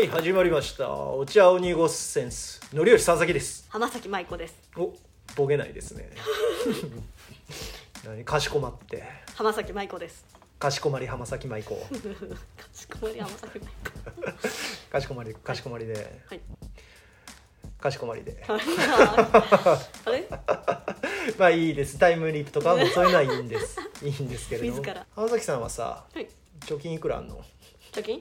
はい始まりましたお茶を濁すセンスのりよし佐々木です。 浜崎舞子です。 おボケないですねかしこまって浜崎舞子です。 かしこまり浜崎舞子かしこまり浜崎舞子かしこまりかしこまりで、 はい、 かしこまりであれまあいいです。タイムリープとかもそういうのはいいんですいいんですけれども、 自ら浜崎さんはさ、 はい、 貯金いくらあんの？ 貯金？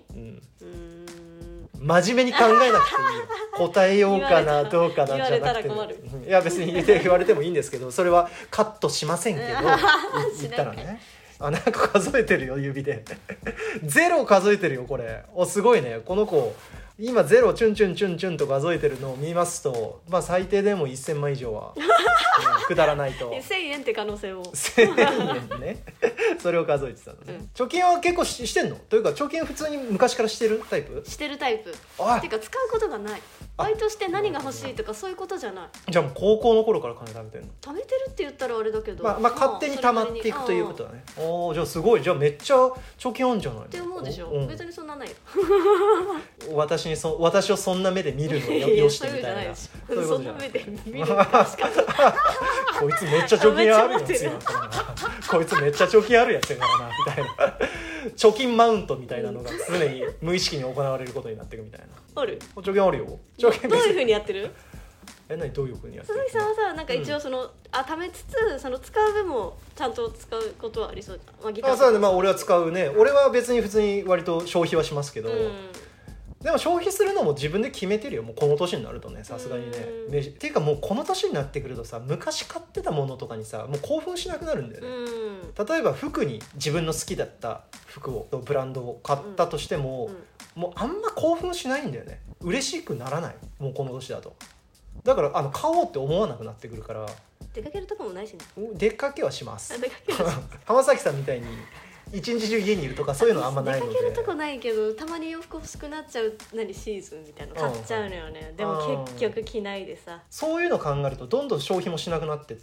真面目に考えなくていいよ答えようかなどうかなじゃなくて、 言われたら困る。 いや別に言われてもいいんですけど、それはカットしませんけど言ったらね、あなんか数えてるよ指でゼロ数えてるよこれ。おすごいねこの子。今ゼロチュンチュンチュンチュンと数えてるのを見ますと、まあ最低でも1000万以上は、くだらないと 1000円って可能性を 1000円ねそれを数えてたのね、貯金は結構してんの？というか貯金普通に昔からしてるタイプ？ してるタイプ。 あてか使うことがない。バイトして何が欲しいとかそういうことじゃない。 じゃあもう高校の頃から金貯めてんの？ 貯めてるって言ったらあれだけど、 まあ勝手に貯まっていくということだね。おーじゃあすごい。じゃあめっちゃ貯金あんじゃないのって思うでしょ、別にそんなないよ私をそんな目で見るのをよしてみたいな。 そういうことじゃない。そんな目で見るかしかこいつめっちゃ貯金あるやつやからなこいつめっちゃ貯金あるやつやからなみたいな貯金マウントみたいなのが常に無意識に行われることになっていくみたいな。 ある？ 貯金あるよ。 どういう風にやってる？ 何どういう風にやってる？ 鈴木さんはさ、なんか一応貯めつつその使う分もちゃんと使うことはありそうじゃん。まあ、ギターそうね。まあ俺は使うね。俺は別に普通に割と消費はしますけど、でも消費するのも自分で決めてるよ。もうこの年になるとね、さすがにね。っていうかもうこの年になってくるとさ、昔買ってたものとかにさもう興奮しなくなるんだよね。例えば服に自分の好きだった服をブランドを買ったとしても、もうあんま興奮しないんだよね。嬉しくならない。もうこの年だと。だから買おうって思わなくなってくるから。 出かけるとこもないしね。 出かけはします浜崎さんみたいに一日中家にいるとかそういうのはあんまないので。 出かけるとこないけどたまに洋服欲しくなっちゃうシーズンみたいなの買っちゃうのよね、でも結局着ないでさ。そういうの考えるとどんどん消費もしなくなってって、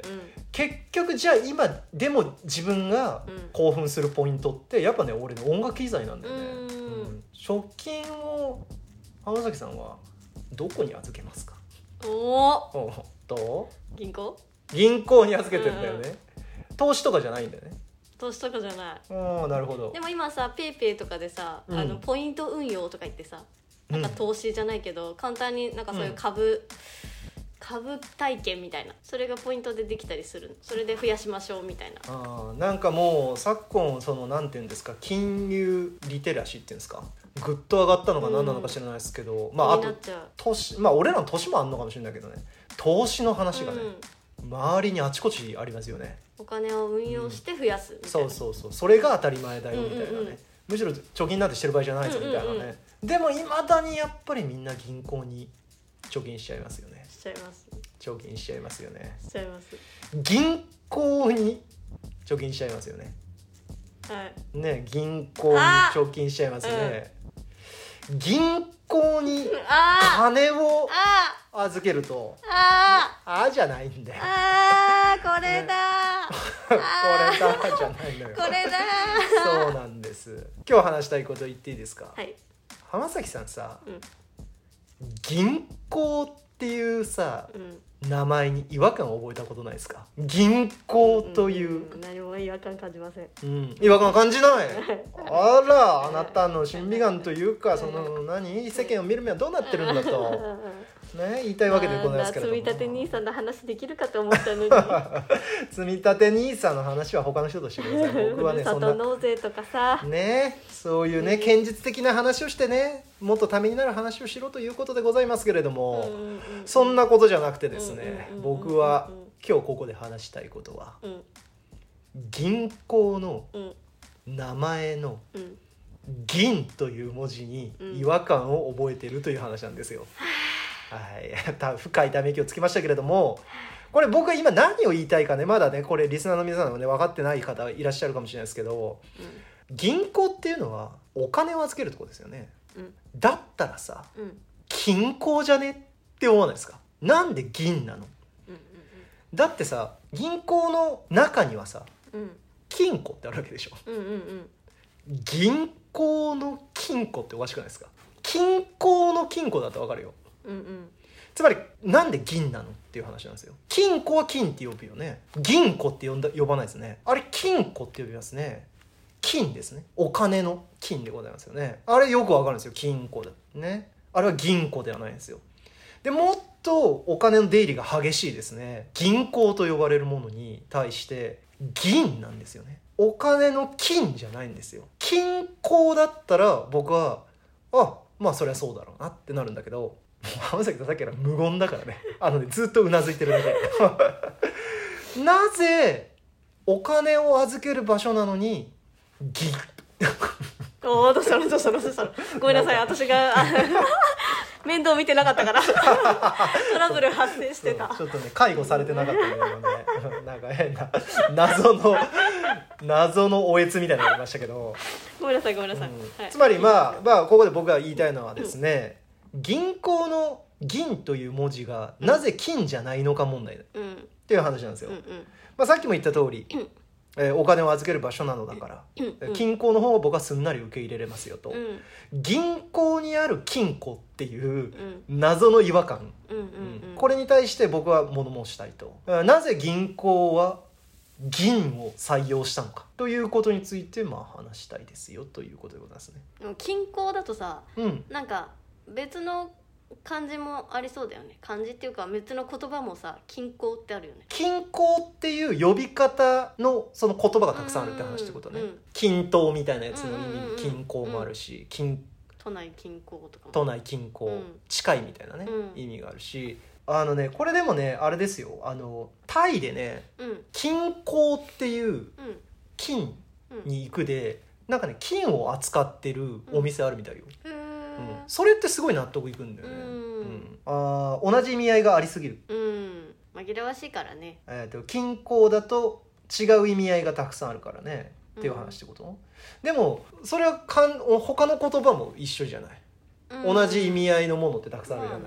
結局じゃあ今でも自分が興奮するポイントってやっぱね俺の音楽機材なんだよね。貯金を浜崎さんはどこに預けますか？どう？銀行に預けてるんだよね、投資とかじゃないんだよね。 投資とかじゃない。 なるほど。 でも今さペイペイとかでさ、ポイント運用とか言ってさ、なんか投資じゃないけど、簡単になんかそういう株体験みたいな、それがポイントでできたりする。それで増やしましょうみたいな。 なんかもう昨今なんていうんですか、金融リテラシーっていうんですか、ぐっと上がったのが何なのか知らないですけど、あと投資、俺らの年もあんのかもしれないけどね、投資の話がね、周りにあちこちありますよね。 お金を運用して増やすみたいな、 そうそれが当たり前だよみたいなね、むしろ貯金なんてしてる場合じゃないぞみたいなね、でもいまだにやっぱりみんな銀行に貯金しちゃいますよね。貯金しちゃいますよね。銀行に貯金しちゃいますよね。ね、銀行に貯金しちゃいますね。銀行に金を預けるとじゃないんだよ。 これだこれだじゃないのよ。 これだそうなんです。今日話したいこと言っていいですか？ はい。 浜崎さんさ、銀行っていうさ、名前に違和感を覚えたことないですか？銀行という、 何も違和感感じません。 違和感感じないあら、あなたの審美眼というか、世間を見る目はどうなってるんだとね、言いたいわけでございますけれども、 積立 NISA の話できるかと思ったのに積立 NISA の話は他の人としてください。僕はね、そんな納税とかさね、そういうね、現実的な話をしてね、もっとためになる話をしろということでございますけれども、そんなことじゃなくてですね、僕は今日ここで話したいことは、銀行の名前の銀という文字に違和感を覚えているという話なんですよ。はい、深いため息をつきましたけれども、これ僕は今何を言いたいかね、まだねこれリスナーの皆さんもね分かってない方いらっしゃるかもしれないですけど、銀行っていうのはお金を預けるところですよね。だったらさ、金庫じゃねって思わないですか？なんで銀なの？だってさ、銀行の中にはさ、金庫ってあるわけでしょ。銀行の金庫っておかしくないですか？ 金鉱の金庫だと分かるよ、 うんうん、 つまりなんで銀なのっていう話なんですよ。金庫は金って呼ぶよね、銀庫って呼ばないですね。あれ金庫って呼びますね。金ですね、お金の金でございますよね。あれよくわかるんですよ、金庫だね。あれは銀庫ではないんですよ。でもっとお金の出入りが激しいですね、銀行と呼ばれるものに対して銀なんですよね。お金の金じゃないんですよ。金庫だったら僕はまあそりゃそうだろうなってなるんだけど、浜崎さんさっきから無言だからねずっとうなずいてるだけなぜお金を預ける場所なのに銀どうしたのごめんなさい、私が面倒見てなかったからトラブル発生してた。 ちょっとね介護されてなかったんだけどねなんか変な謎のおえつみたいなのがありましたけど、 ごめんなさい、はい、 つまりまあここで僕が言いたいのはですね、銀行の銀という文字がなぜ金じゃないのか問題だ、っていう話なんですよ、さっきも言った通り、お金を預ける場所なのだから、金庫の方を僕はすんなり受け入れれますよと、銀行にある金庫っていう謎の違和感、これに対して僕は物申したいと。なぜ銀行は銀を採用したのかということについて話したいですよということでございますね。 金庫だとさ、なんか別の漢字もありそうだよね。漢字っていうか別の言葉もさ、金庫ってあるよね。 金庫っていう呼び方のその言葉がたくさんあるって話ってことね、均等みたいなやつの意味、金庫もあるし、 都内近郊とかも、 都内近郊、近いみたいなね、意味があるし、これでもねあれですよ、タイでね、金鉱っていう金に行くで、なんかね金を扱ってるお店あるみたいよ、それってすごい納得いくんだよね、同じ意味合いがありすぎる、 紛らわしいからね、 金鉱だと違う意味合いがたくさんあるからねっていう話ってこと、でもそれは他の言葉も一緒じゃない、同じ意味合いのものってたくさんあるじゃない、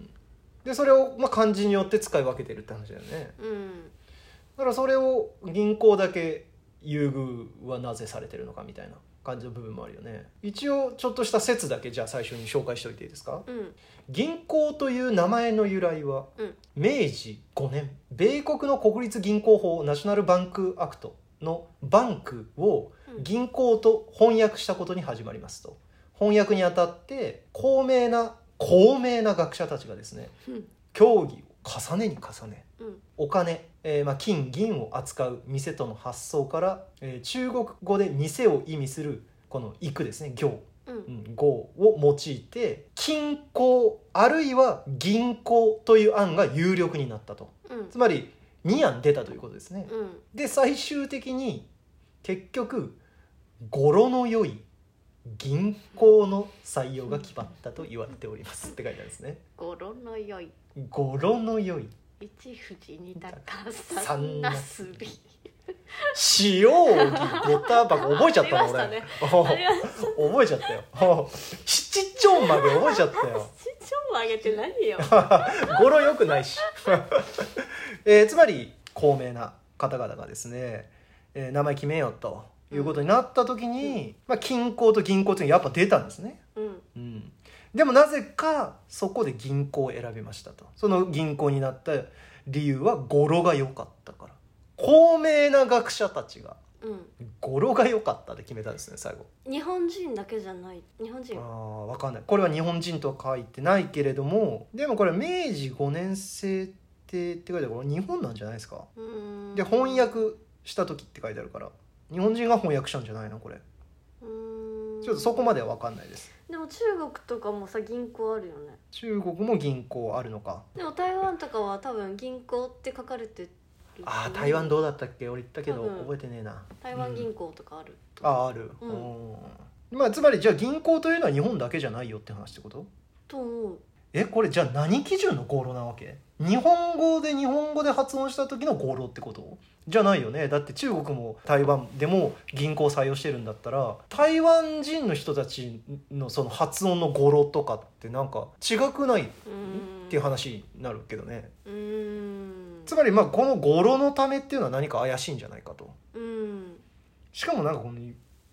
でそれを漢字によって使い分けてるって話だよね、だからそれを銀行だけ優遇はなぜされてるのかみたいな感じの部分もあるよね。一応ちょっとした説だけじゃあ最初に紹介しておいていいですか、銀行という名前の由来は、明治5年米国の国立銀行法ナショナルバンクアクトのバンクを銀行と翻訳したことに始まりますと。翻訳にあたって高名な学者たちがですね、協議を重ねに重ね、お金、金銀を扱う店との発想から、中国語で店を意味するこの行くですね、行、業を用いて金庫あるいは銀行という案が有力になったと、つまり2案出たということですね、で最終的に結局語呂の良い銀行の採用が決まったと言われておりますって書いてあるんですね。 語呂の良い、 語呂の良い、 一富士二鷹三なすび、 塩荻出たば覚えちゃったの俺、 ね、 覚えちゃったよ七丁曲げ覚えちゃったよ七丁曲げって何よ語呂良くないしつまり高名な方々がですね、名前決めようということになった時に、金庫と銀行っていうのがやっぱ出たんですね、でもなぜかそこで銀行を選びましたと。その銀行になった理由は語呂が良かったから。高名な学者たちが語呂が良かったで決めたんですね、最後。 日本人だけじゃない、日本人分かんない、これは日本人とは書いてないけれども、でもこれ明治5年生って書いてあるから日本なんじゃないですか。で翻訳した時って書いてあるから日本人が翻訳したんじゃないのこれ。ちょっとそこまでは分かんないです。 でも中国とかもさ銀行あるよね。 中国も銀行あるのか。 でも台湾とかは多分銀行って書かれてる。 台湾どうだったっけ、俺言ったけど覚えてねえな。 台湾銀行とかある、 ある、つまりじゃあ銀行というのは日本だけじゃないよって話ってことと思う。 これじゃあ何基準の語呂なわけ？日本語で発音した時の語呂ってことじゃないよね。だって中国も台湾でも銀行を採用してるんだったら台湾人の人たちのその発音の語呂とかってなんか違くないっていう話になるけどね。つまりこの語呂のためっていうのは何か怪しいんじゃないかと。しかもなんかこの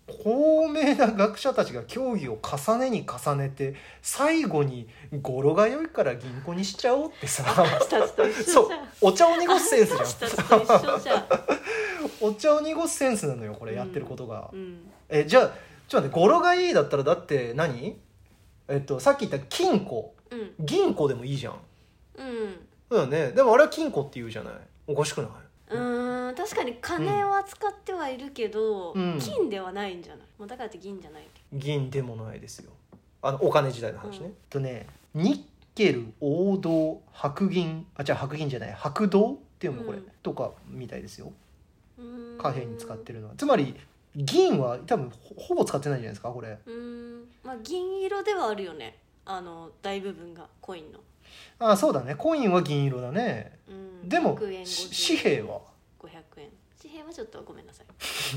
高名な学者たちが協議を重ねに重ねて最後に語呂が良いから銀行にしちゃおうってさ私たちと一そう緒じゃん。 お茶を濁すセンスじゃん私たちと一緒じゃん。 お茶を濁すセンスなのよこれやってることが、 うんじゃあちょっと待って語呂がいいだったらだって何さっき言った金庫うん銀庫でもいいじゃんうんそうだねでもあれは金庫って言うじゃないおかしくない確かに金は使ってはいるけど、 うん金ではないんじゃない。もうだからって銀じゃないけ銀でもないですよお金時代の話ね、ニッケル黄銅白銀白銀じゃない白銅っていうのこれ、とかみたいですよど。 貨幣に使ってるのはつまり銀は多分ほぼ使ってないんじゃないですかこれまあ銀色ではあるよね。大部分がコインの。 そうだねコインは銀色だね、でも 100円紙幣は 500円紙幣はちょっとごめんなさい。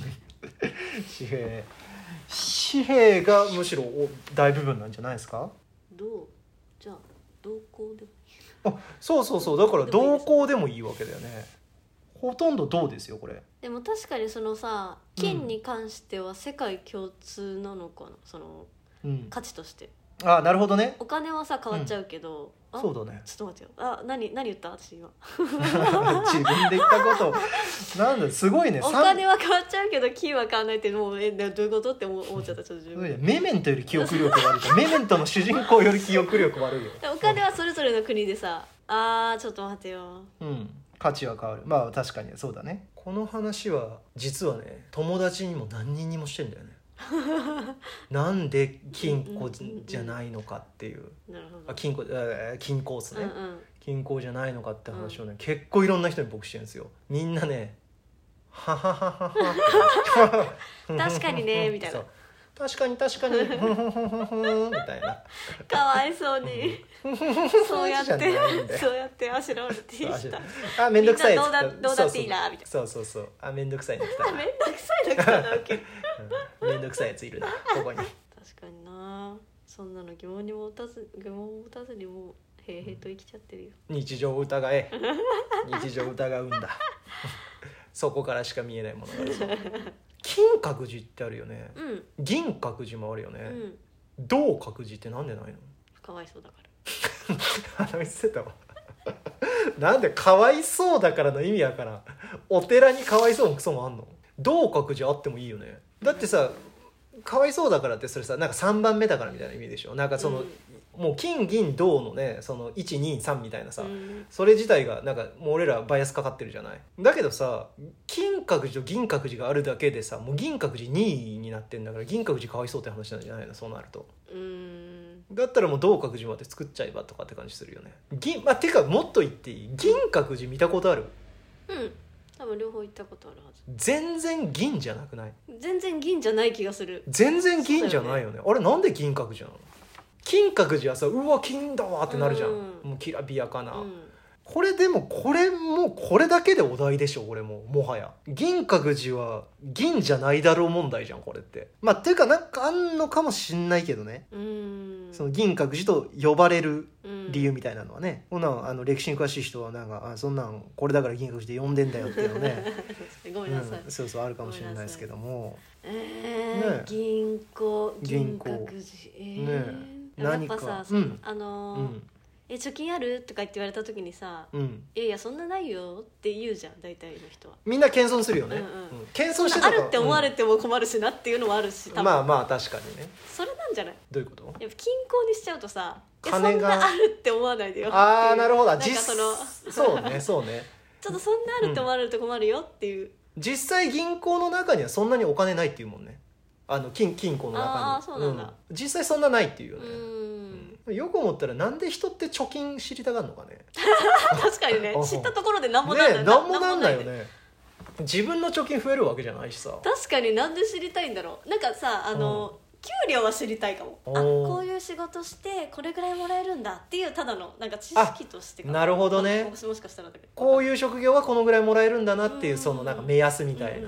紙幣がむしろ大部分なんじゃないですかじゃあ銅鉱でもそうだから銅鉱でもいいわけだよねほとんど銅ですよこれでも確かにそのさ金に関しては世界共通なのかな、その価値としてなるほどねお金はさ変わっちゃうけど、 そうだねちょっと待ってよ何言った私今自分で言ったことなんだすごいねお金は変わっちゃうけど金は変わらないってもうどういうことって思っちゃったちょっと自分メメントより記憶力悪いメメントの主人公より記憶力悪いよお金はそれぞれの国でさちょっと待ってよ価値は変わる確かにそうだねこの話は実はね友達にも何人にもしてんだよねなんで金庫じゃないのかっていうなるほど金庫ですね、 うんうん金庫じゃないのかって話をね、結構いろんな人に僕してるんですよみんなねははははは確かにねみたいなそう確かにみたいなかわいそうにそうやってあしらわれてきためんどくさいやつみんなどうだっていいなみたいなそうめんどくさいの来たななめんどくさいの来たなウケるめんどくさいやついるなここに確かになそんなの疑問を持たずにもうへいへいと生きちゃってるよ日常を疑え日常を疑うんだそこからしか見えないものがあるぞ金閣寺ってあるよね、銀閣寺もあるよね、銅閣寺ってなんでないのかわいそうだから話してたわなんでかわいそうだからの意味やからお寺にかわいそうもクソもあんの銅閣寺あってもいいよねだってさかわいそうだからってそれさなんか3番目だからみたいな意味でしょなんかその、もう金銀銅のねその123みたいなさ、それ自体がなんかもう俺らバイアスかかってるじゃないだけどさ金閣寺と銀閣寺があるだけでさもう銀閣寺2位になってんだから銀閣寺かわいそうって話なんじゃないのそうなるとだったらもう銅閣寺まで作っちゃえばとかって感じするよねてかもっと言っていい銀閣寺見たことある多分両方行ったことあるはず全然銀じゃなくない全然銀じゃない気がする全然銀じゃないよねあれなんで銀閣寺なの金閣寺はさうわ金だわってなるじゃん、もうきらびやかな、これでもこれだけでお題でしょ俺もはや銀閣寺は銀じゃないだろう問題じゃんこれってっていうかなんかあんのかもしんないけどねその銀閣寺と呼ばれる理由みたいなのはね、こんなん歴史に詳しい人はなんかそんなんこれだから銀閣寺で呼んでんだよっていうのねごめんなさい、 そうあるかもしれないですけども銀閣寺やっぱさ貯金あるとか言って言われた時にさ、いやそんなないよって言うじゃん大体の人はみんな謙遜するよね、謙遜してたあるって思われても困るしなっていうのもあるし多分まあ確かにねそれなんじゃないどういうことやっぱ均衡にしちゃうとさ金がそんなあるって思わないでよなるほどそうねちょっとそんなあるって思われると困るよっていう、 実際銀行の中にはそんなにお金ないっていうもんね金庫の中にそうなんだ、 実際そんなないっていうよねよく思ったらなんで人って貯金知りたがるのかね確かにね知ったところで何もなんない、 何もなんないよね自分の貯金増えるわけじゃないしさ確かになんで知りたいんだろうなんかさ給料は知りたいかもこういう仕事してこれぐらいもらえるんだっていうただのなんか知識としてなるほどねもしかしたらだけどこういう職業はこのぐらいもらえるんだなっていうそのなんか目安みたいな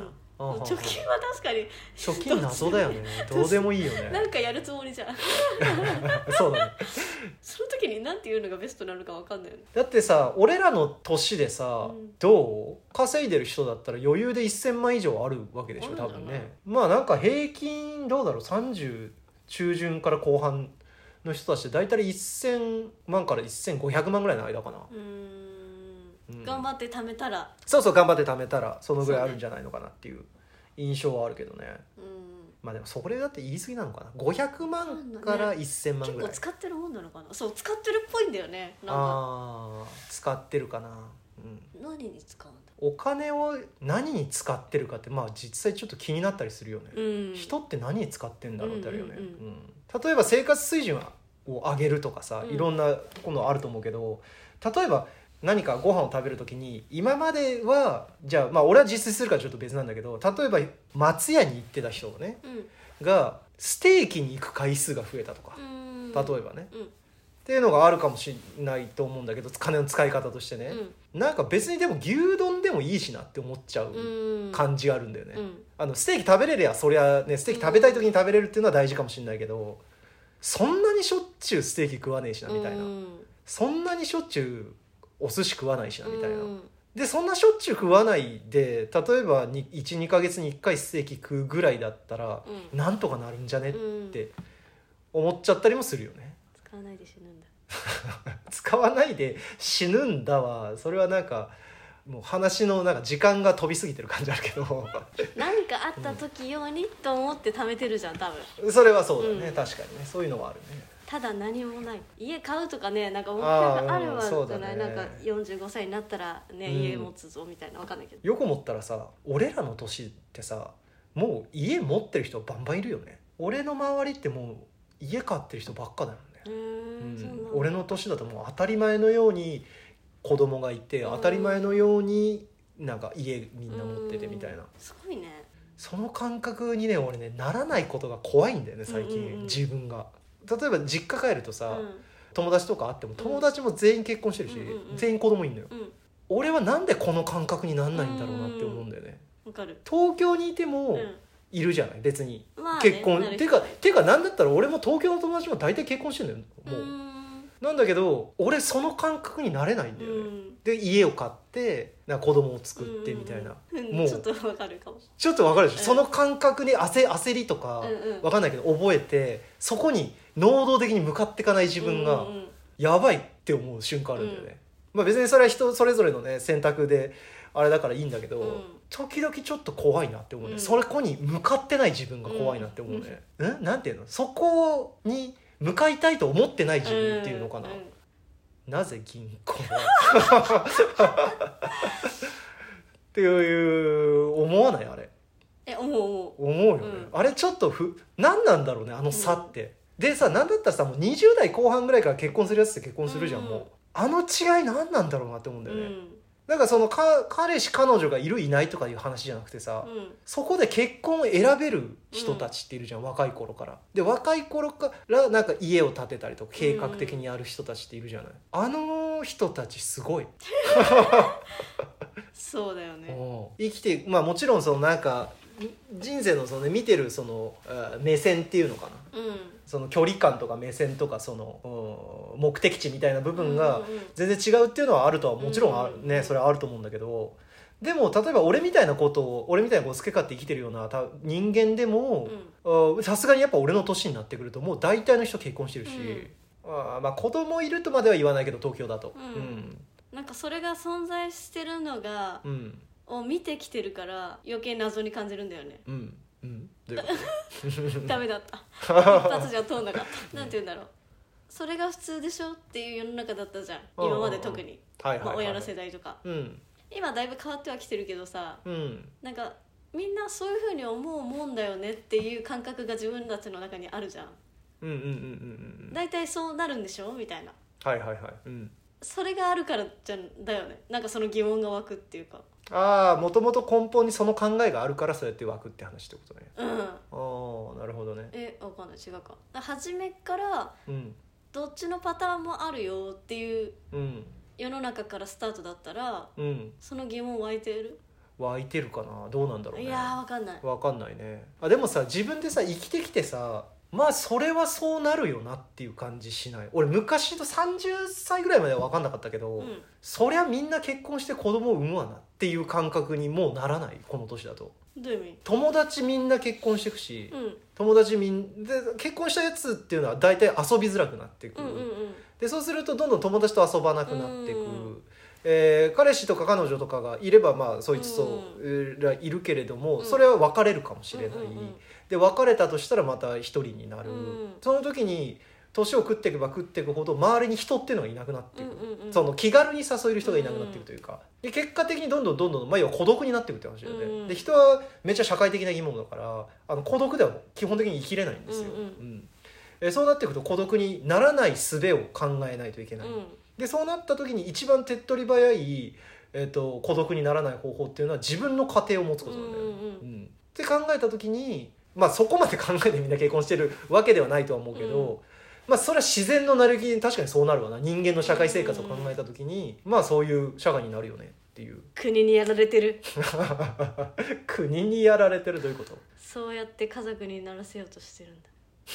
貯金は確かに貯金謎だよねどうでもいいよねなんかやるつもりじゃんそうだねその時に何て言うのがベストなのか分かんないよね。 だってさ俺らの年でさ、どう稼いでる人だったら余裕で1000万以上あるわけでしょ多分ね。まあなんか平均どうだろう30中旬から後半の人たちで大体1000万から1500万ぐらいの間かな。 頑張って貯めたらそう頑張って貯めたらそのぐらいあるんじゃないのかなっていう印象はあるけどね。まあでもそれだって言い過ぎなのかな。500万から1000万ぐらい、 結構使ってるもんなのかな。そう使ってるっぽいんだよね。なんか使ってるかな、 何に使うんだ。 お金を何に使ってるかってまあ実際ちょっと気になったりするよね、人って何に使ってんだろうってあるよね、例えば生活水準を上げるとかさ、いろんなことあると思うけど、例えば何かご飯を食べるときに今まではじゃあまあ俺は実践するからちょっと別なんだけど、例えば松屋に行ってた人ね、がステーキに行く回数が増えたとか、例えばね、っていうのがあるかもしれないと思うんだけど、金の使い方としてね、なんか別にでも牛丼でもいいしなって思っちゃう感じがあるんだよね、ステーキ食べれりゃそりゃね、ステーキ食べたい時に食べれるっていうのは大事かもしれないけど、そんなにしょっちゅうステーキ食わねえしなみたいな、そんなにしょっちゅうお寿司食わないしなみたいな、でそんなしょっちゅう食わないで例えば 1,2 ヶ月に1回ステーキ食うぐらいだったら、なんとかなるんじゃねって思っちゃったりもするよね。 使わないで死ぬんだ使わないで死ぬんだはそれはなんかもう話のなんか時間が飛びすぎてる感じあるけど何かあった時用にと思って貯めてるじゃん多分。 それはそうだね、確かにね、そういうのはあるね。 ただ何もない家買うとかね、なんか目標があるわじゃない、なんか45歳になったらね、家持つぞみたいな、分かんないけど、 よく思ったらさ俺らの年ってさもう家持ってる人バンバンいるよね。俺の周りってもう家買ってる人ばっかだよね。俺の年だともう当たり前のように子供がいて、当たり前のようになんか家みんな持っててみたいな、 すごいね。 その感覚にね俺ねならないことが怖いんだよね最近、自分が。例えば実家帰るとさ、友達とか会っても友達も全員結婚してるし、全員子供いるのよ、俺はなんでこの感覚になんないんだろうなって思うんだよね。 わかる。 東京にいてもいるじゃない別に、 まあね、 結婚てかなんだったら俺も東京の友達も大体結婚してんだよもう。なんだけど俺その感覚になれないんだよね、で家を買ってなんか子供を作ってみたいな、 もうちょっとわかるかも。 ちょっとわかるでしょ、その感覚に焦りとかわかんないけど覚えて、そこに能動的に向かっていかない自分がやばいって思う瞬間あるんだよね、まあ別にそれは人それぞれのね選択であれだからいいんだけど、時々ちょっと怖いなって思うね、そこに向かってない自分が怖いなって思うね、なんていうの、そこに向かいたいと思ってない自分っていうのかな、なぜ銀行っていう思わないあれ。思うよね、あれちょっと何なんだろうねあの差って、でさなんだったらさもう20代後半ぐらいから結婚するやつって結婚するじゃん、もうあの違い何なんだろうなって思うんだよね、なんかその彼氏彼女がいるいないとかいう話じゃなくてさ、そこで結婚を選べる人たちっているじゃん、若い頃から。で若い頃からなんか家を建てたりとか計画的にやる人たちっているじゃない、あの人たちすごいそうだよね。 生きてまあもちろんそのなんか人生のその、ね、見てるその目線っていうのかな、その距離感とか目線とかその目的地みたいな部分が全然違うっていうのはあるとはもちろんね、それはあると思うんだけど、でも例えば俺みたいなことを好き勝手生きてるような人間でもさすがにやっぱ俺の年になってくるともう大体の人結婚してるし、まあ子供いるとまでは言わないけど東京だと、 なんかそれが存在してるのが、を見てきてるから余計謎に感じるんだよね。 どういうことダメだった一発じゃ通んなかったなんて言うんだろう、それが普通でしょっていう世の中だったじゃん今まで特に、親の世代とか、今だいぶ変わってはきてるけどさ、なんかみんなそういう風に思うもんだよねっていう感覚が自分たちの中にあるじゃん。だいたいそうなるんでしょみたいな、それがあるからだよね、なんかその疑問が湧くっていうか、 もともと根本にその考えがあるからそうやって湧くって話ってことね。なるほどね。 わかんない、違うか。初めからどっちのパターンもあるよっていう世の中からスタートだったら、その疑問湧いてる？ 湧いてるかな、どうなんだろうね。 いやわかんない。 わかんないね。でもさ自分でさ生きてきてさ、まあそれはそうなるよなっていう感じしない？俺昔と30歳ぐらいまでは分かんなかったけど、そりゃみんな結婚して子供を産むわなっていう感覚にもうならない？この年だと。 どういう意味？ 友達みんな結婚してくし、友達みんで結婚したやつっていうのは大体遊びづらくなっていく、でそうするとどんどん友達と遊ばなくなっていく、彼氏とか彼女とかがいればまあそいつといるけれども、それは別れるかもしれない、で別れたとしたらまた一人になる、その時に年を食っていけば食っていくほど周りに人っていうのがいなくなっていく、その気軽に誘える人がいなくなっていくというか、で結果的にどんどん、まあ、要は孤独になっていくって話だよね、で人はめっちゃ社会的な生き物だから孤独では基本的に生きれないんですよ、そうなっていくと孤独にならない術を考えないといけない、でそうなった時に一番手っ取り早い、孤独にならない方法っていうのは自分の家庭を持つことなんだよね、って考えた時にまあそこまで考えてみんな結婚してるわけではないとは思うけど、まあそれは自然の成り行きに確かにそうなるわな。人間の社会生活を考えた時に、まあそういう社会になるよねっていう。 国にやられてる国にやられてる、どういうこと？ そうやって家族にならせようとしてるんだ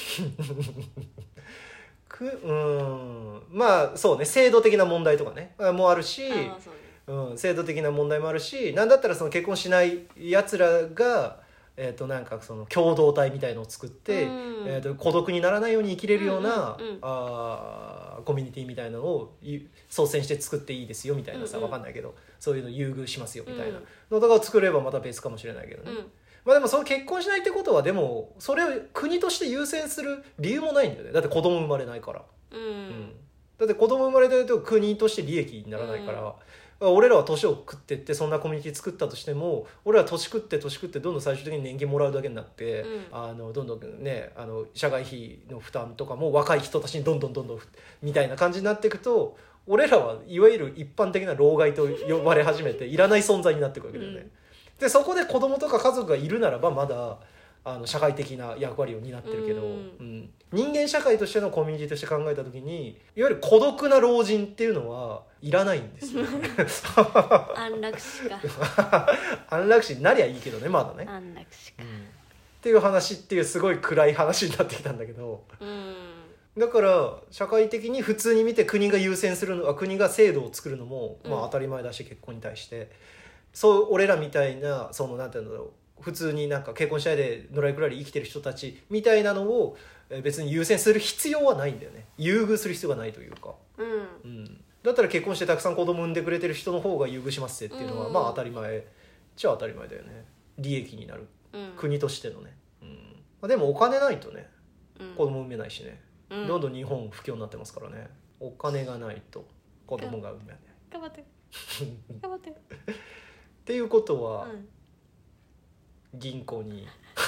まあそうね、制度的な問題とかねもあるし、制度的な問題もあるし、なんだったらその結婚しないやつらがなんかその共同体みたいのを作って、孤独にならないように生きれるような、コミュニティみたいなのを率先して作っていいですよみたいなさ、分かんないけどそういうの優遇しますよみたいなのとかを作ればまた別かもしれないけどね、まあでもその結婚しないってことはでもそれを国として優先する理由もないんだよね。だって子供生まれないから、だって子供生まれてると国として利益にならないから、俺らは年を食ってってそんなコミュニティ作ったとしても俺らは年食ってどんどん最終的に年金もらうだけになって、どんどんね社会費の負担とかも若い人たちにどんどんみたいな感じになっていくと、俺らはいわゆる一般的な老害と呼ばれ始めていらない存在になっていくわけだよね、でそこで子供とか家族がいるならばまだ社会的な役割を担ってるけど、人間社会としてのコミュニティとして考えた時にいわゆる孤独な老人っていうのはいらないんですよ安楽死か安楽死になりゃいいけどね、まだね安楽死か、 っていう話っていうすごい暗い話になってきたんだけど、だから社会的に普通に見て国が優先するのは国が制度を作るのもまあ当たり前だし、結婚に対してそう俺らみたいなそのなんていうんだろう、普通になんか結婚しないでのらりくらり生きてる人たちみたいなのを別に優先する必要はないんだよね。優遇する必要がないというか、だったら結婚してたくさん子供産んでくれてる人の方が優遇しますっていうのはまあ当たり前じゃあ当たり前だよね。利益になる、国としてのね、でもお金ないとね子供産めないしね、どんどん日本不況になってますからね。お金がないと子供が産めない。 頑張って頑張ってっていうことは、銀行に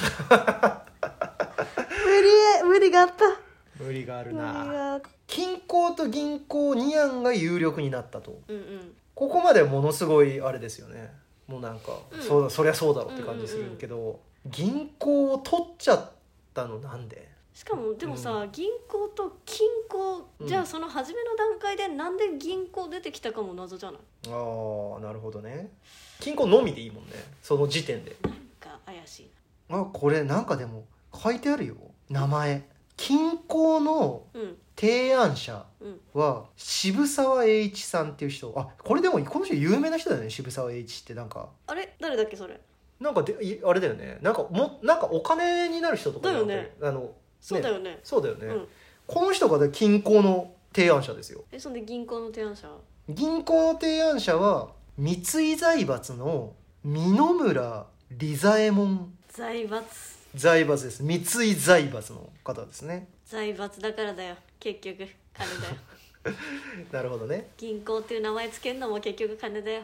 無理があった。 無理があるな。金行と銀行2案が有力になったと、ここまではものすごいあれですよね。もうなんか、そりゃそうだろうって感じするけど、銀行を取っちゃったのなんで？ しかもでもさ、銀行と金行、じゃあその初めの段階でなんで銀行出てきたかも謎じゃない？ ああなるほどね。金行のみでいいもんね、その時点で。 なんか怪しいな。これなんかでも書いてあるよ、名前。金行の提案者は渋沢栄一さんっていう人。これでもこの人有名な人だよね、渋沢栄一って。なんかあれ誰だっけそれ。 なんかあれだよね、なんかお金になる人とかだよね。そうだよね。 そうだよね、この人が金行の提案者ですよ。 そんで銀行の提案者。 銀行の提案者は三井財閥の三野村利左衛門。財閥です。三井財閥の方ですね。 財閥だからだよ結局、金だよなるほどね。 銀行っていう名前つけるのも結局金だよ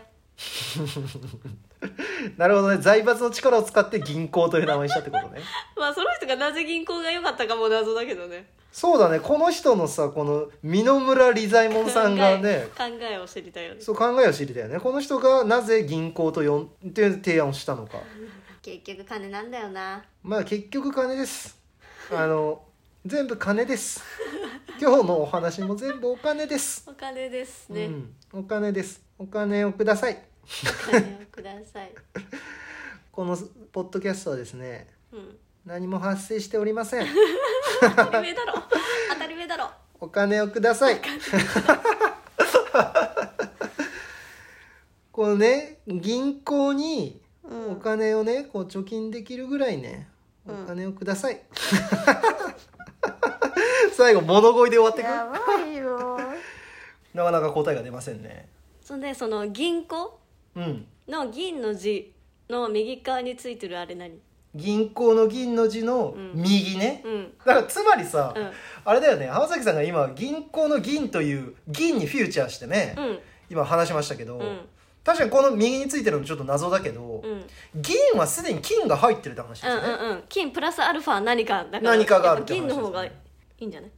なるほどね。財閥の力を使って銀行という名前にしたってことねまあその人がなぜ銀行が良かったかも謎だけどね。 そうだね、この人のさ、この三野村利左衛門さんがね考えを知りたいよね。 そう、考えを知りたいよね。この人がなぜ銀行とっていう提案をしたのか結局金なんだよな。 まあ結局金です。全部金です今日のお話も全部お金です。 お金ですね、 お金です。お金をくださいお金をください。 このポッドキャストはですね、 うん、 何も発生しておりません。 当たり前だろ当たり前だろ。 お金をください。このね、銀行にお金をね、こう貯金できるぐらいね、お金をください。最後物乞いで終わってくる。 やばいよ。 なかなか答えが出ませんね。 そんでその銀行うんの銀の字の右側についてるあれ何？ 銀行の銀の字の右ね、 うん、 だからつまりさ、 うん、 あれだよね、浜崎さんが今銀行の銀という銀にフューチャーしてね、 うん、 今話しましたけど、 うん、 確かにこの右についてるのちょっと謎だけど、 うん、 銀はすでに金が入ってるって話ですね、 うんうんうん、金プラスアルファ何かだから何かがあるって話ですね。 銀の方がいいんじゃない？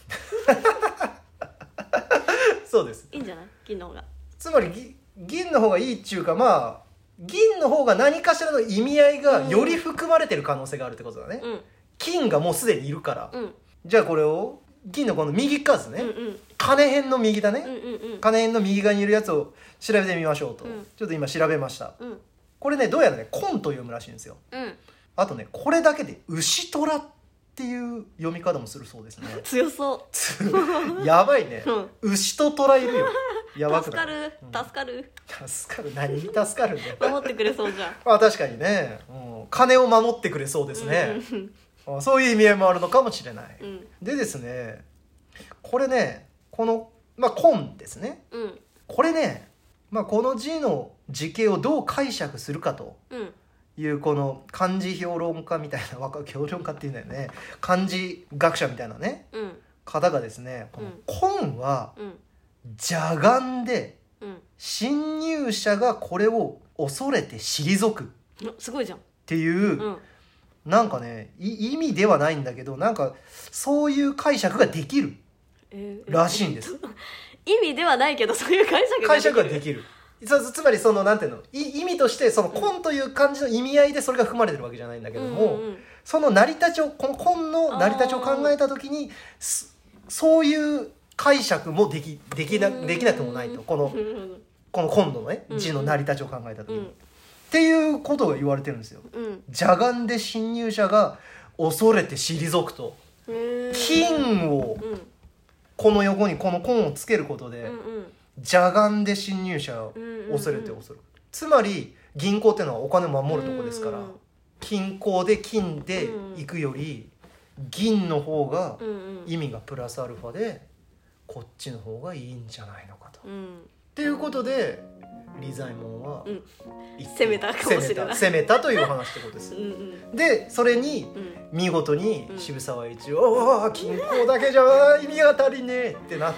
そうです。 いいんじゃない？銀の方が。 つまり銀の方がいいっていうか、まあ銀の方が何かしらの意味合いがより含まれてる可能性があるってことだね、 うん、 金がもうすでにいるから、 うん、 じゃあこれを銀のこの右側ですね、 うんうん、 金辺の右だね、 うんうんうん、 金辺の右側にいるやつを調べてみましょうと、 うん、 ちょっと今調べました、 うん、 これねどうやらねコンと読むらしいんですよ、 うん、 あとねこれだけで牛虎っていう読み方もするそうですね。 強そうやばいね、 うん、 牛と虎いるよ。やばくない？ 助かる、助かる、 助かる、何に助かるんだよ。 守ってくれそうじゃん。 まあ確かにね、金を守ってくれそうですね、そういう意味合いもあるのかもしれない、 うん、 でですね、これね、このまあ根ですね、 うん、 これね、まあ、この字の字形をどう解釈するかというこの漢字評論家みたいな、評論家っていうんだよね、漢字学者みたいなね、 うん、 方がですね、この根は邪眼で、 うん、 侵入者がこれを恐れて退くすごいじゃんっていう、うん、なんかね意味ではないんだけど、なんかそういう解釈ができるらしいんです、 意味ではないけどそういう解釈ができる。つまりそのなんていうの、意味としてその根という漢字の意味合いでそれが含まれてるわけじゃないんだけども、その成り立ちを、この根の成り立ちを考えた時にそういう解釈もできなくもないと、この根のね字の成り立ちを考えた時に、っていうことが言われてるんですよ、邪眼で侵入者が恐れて退くと、金をこの横にこの根をつけることで、邪眼で侵入者を恐れて恐る、つまり銀行っていうのはお金を守るとこですから、金行で金で行くより銀の方が意味がプラスアルファでこっちの方がいいんじゃないのかと、っていうことで利左衛門は、 攻めたかもしれない、 攻めたという話ってことです、でそれに見事に渋沢栄一は、金行だけじゃ意味が足りねえってなって、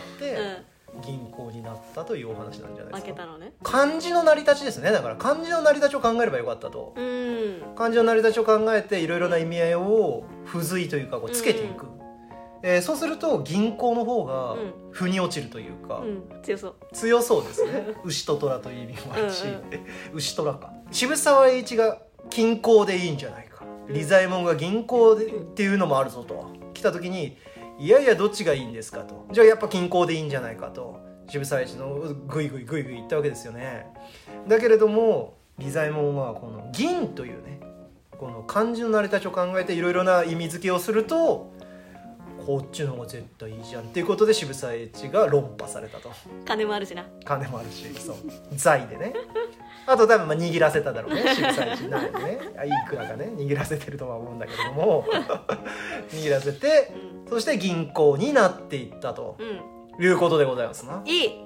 銀行になったというお話なんじゃないですか。 負けたのね。漢字の成り立ちですね。だから漢字の成り立ちを考えればよかったと、漢字の成り立ちを考えていろいろな意味合いを付随というかこうつけていく、そうすると銀行の方が腑に落ちるというか、強そうですね。牛と虎という意味もあるし、牛虎か。渋沢栄一が金行でいいんじゃないか、利左衛門が銀行でっていうのもあるぞと来た時に、いやいやどっちがいいんですかと、じゃあやっぱ金行でいいんじゃないかと渋沢栄一のグイグイ言ったわけですよね。だけれども利左衛門はこの銀というね、この漢字の成り立ちを考えていろいろな意味付けをすると、こっちの方が絶対いいじゃんっていうことで渋沢栄一が論破されたと。 金もあるしな。 金もあるし、そう財でね。あと多分握らせただろうね、渋沢栄一なんでね、いくらかね握らせてるとは思うんだけれども握らせて、そして銀行になっていったと、いうことでございますな。 いい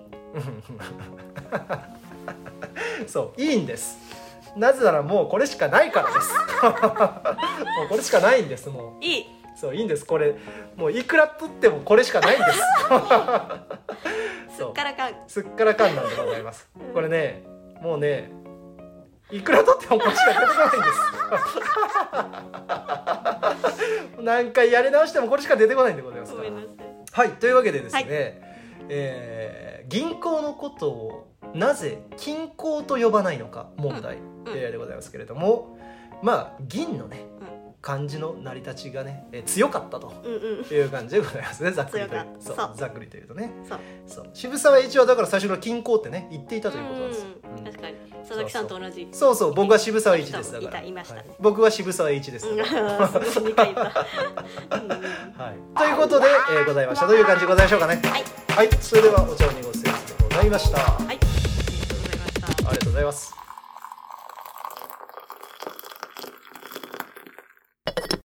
そういいんです。なぜならもうこれしかないからですもうこれしかないんです。もういい、 そういいんです。これもういくら取ってもこれしかないんですすっからかん、 すっからかんなんでございます。これね、もうねいくら取ってもこれしか出てこないんです何回やり直してもこれしか出てこないんでございますから。はい、というわけでですね、銀行のことをなぜ金行と呼ばないのか問題でございますけれども、まあ銀のね漢字の成り立ちがね、強かったという感じでございますね。ざっくりというと、ざっくりというとね、そう渋沢栄一はだから最初から金行ってね言っていたということなんですよ。 確かに佐々木さんと同じ。 そうそう、僕は渋沢栄一ですだから。 いましたね、 はい、僕は渋沢栄一です。 2回言った、 はい、ということで、ございましたという感じでございましょうかね。はい、はい、それではお茶を濁すやつでございました。 はい、ありがとうございました。 ありがとうございます。